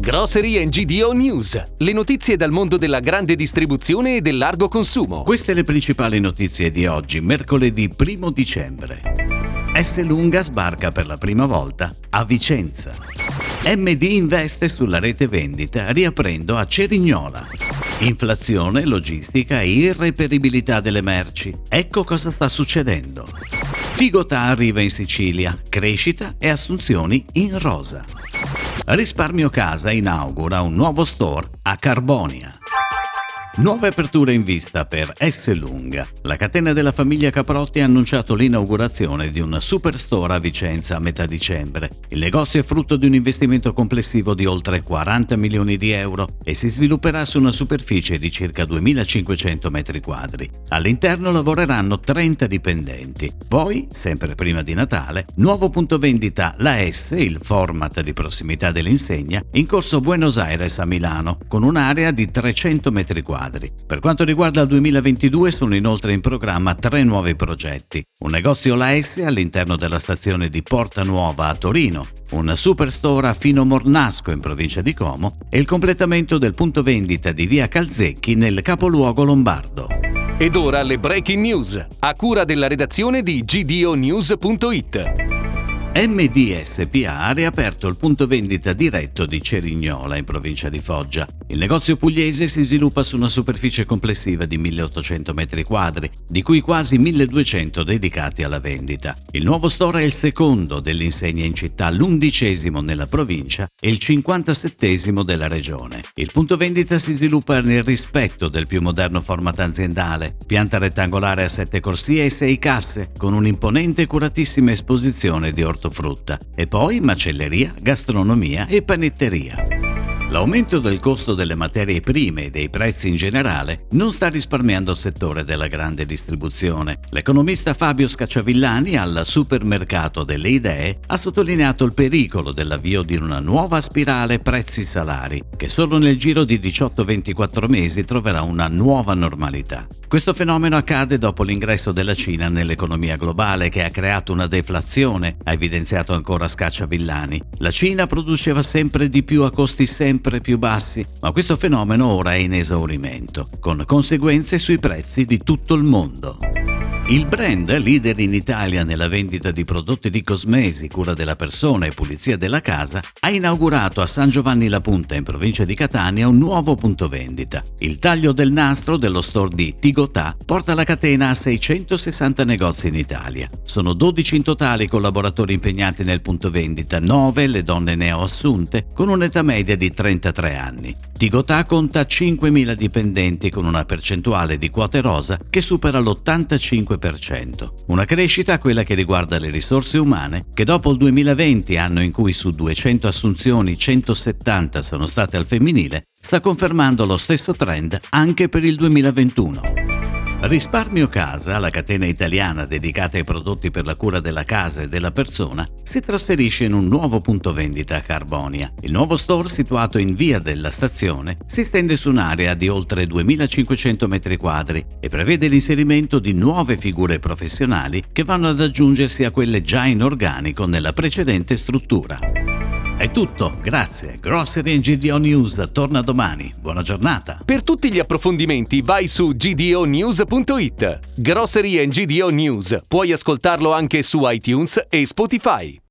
Grocery GDO News, le notizie dal mondo della grande distribuzione e del largo consumo. Queste le principali notizie di oggi, mercoledì 1 dicembre. Esselunga sbarca per la prima volta a Vicenza. MD investe sulla rete vendita riaprendo a Cerignola. Inflazione, logistica e irreperibilità delle merci. Ecco cosa sta succedendo. Tigotà arriva in Sicilia, crescita e assunzioni in rosa. Risparmio Casa inaugura un nuovo store a Carbonia. Nuove aperture in vista per Esselunga. La catena della famiglia Caprotti ha annunciato l'inaugurazione di un superstore a Vicenza a metà dicembre. Il negozio è frutto di un investimento complessivo di oltre 40 milioni di euro e si svilupperà su una superficie di circa 2500 metri quadri. All'interno lavoreranno 30 dipendenti. Poi, sempre prima di Natale, nuovo punto vendita La S, il format di prossimità dell'insegna, in corso Buenos Aires a Milano, con un'area di 300 metri quadri. Per quanto riguarda il 2022 sono inoltre in programma 3 nuovi progetti. Un negozio La S all'interno della stazione di Porta Nuova a Torino, un superstore a Fino Mornasco in provincia di Como e il completamento del punto vendita di via Calzecchi nel capoluogo lombardo. Ed ora le breaking news, a cura della redazione di gdonews.it. MD SpA ha riaperto il punto vendita diretto di Cerignola in provincia di Foggia. Il negozio pugliese si sviluppa su una superficie complessiva di 1800 metri quadri, di cui quasi 1200 dedicati alla vendita. Il nuovo store è il secondo dell'insegna in città, l'11° nella provincia e il 57° della regione. Il punto vendita si sviluppa nel rispetto del più moderno format aziendale, pianta rettangolare a 7 corsie e 6 casse, con un'imponente e curatissima esposizione di ortofrutta e poi macelleria, gastronomia e panetteria. L'aumento del costo delle materie prime e dei prezzi in generale non sta risparmiando il settore della grande distribuzione. L'economista Fabio Scacciavillani al Supermercato delle Idee ha sottolineato il pericolo dell'avvio di una nuova spirale prezzi-salari che solo nel giro di 18-24 mesi troverà una nuova normalità. Questo fenomeno accade dopo l'ingresso della Cina nell'economia globale che ha creato una deflazione, ha evidenziato ancora Scacciavillani. La Cina produceva sempre di più a costi sempre più bassi, ma questo fenomeno ora è in esaurimento, con conseguenze sui prezzi di tutto il mondo. Il brand, leader in Italia nella vendita di prodotti di cosmesi, cura della persona e pulizia della casa, ha inaugurato a San Giovanni La Punta in provincia di Catania un nuovo punto vendita. Il taglio del nastro dello store di Tigotà porta la catena a 660 negozi in Italia. Sono 12 in totale i collaboratori impegnati nel punto vendita, 9 le donne neoassunte con un'età media di 33 anni. Tigotà conta 5.000 dipendenti con una percentuale di quote rosa che supera l'85%. Una crescita, quella che riguarda le risorse umane, che dopo il 2020, anno in cui su 200 assunzioni 170 sono state al femminile, sta confermando lo stesso trend anche per il 2021. Risparmio Casa, la catena italiana dedicata ai prodotti per la cura della casa e della persona, si trasferisce in un nuovo punto vendita a Carbonia. Il nuovo store, situato in via della stazione, si stende su un'area di oltre 2500 metri quadri e prevede l'inserimento di nuove figure professionali che vanno ad aggiungersi a quelle già in organico nella precedente struttura. È tutto, grazie. Grocery GDO News torna domani. Buona giornata. Per tutti gli approfondimenti vai su gdonews.it. Grocery GDO News, puoi ascoltarlo anche su iTunes e Spotify.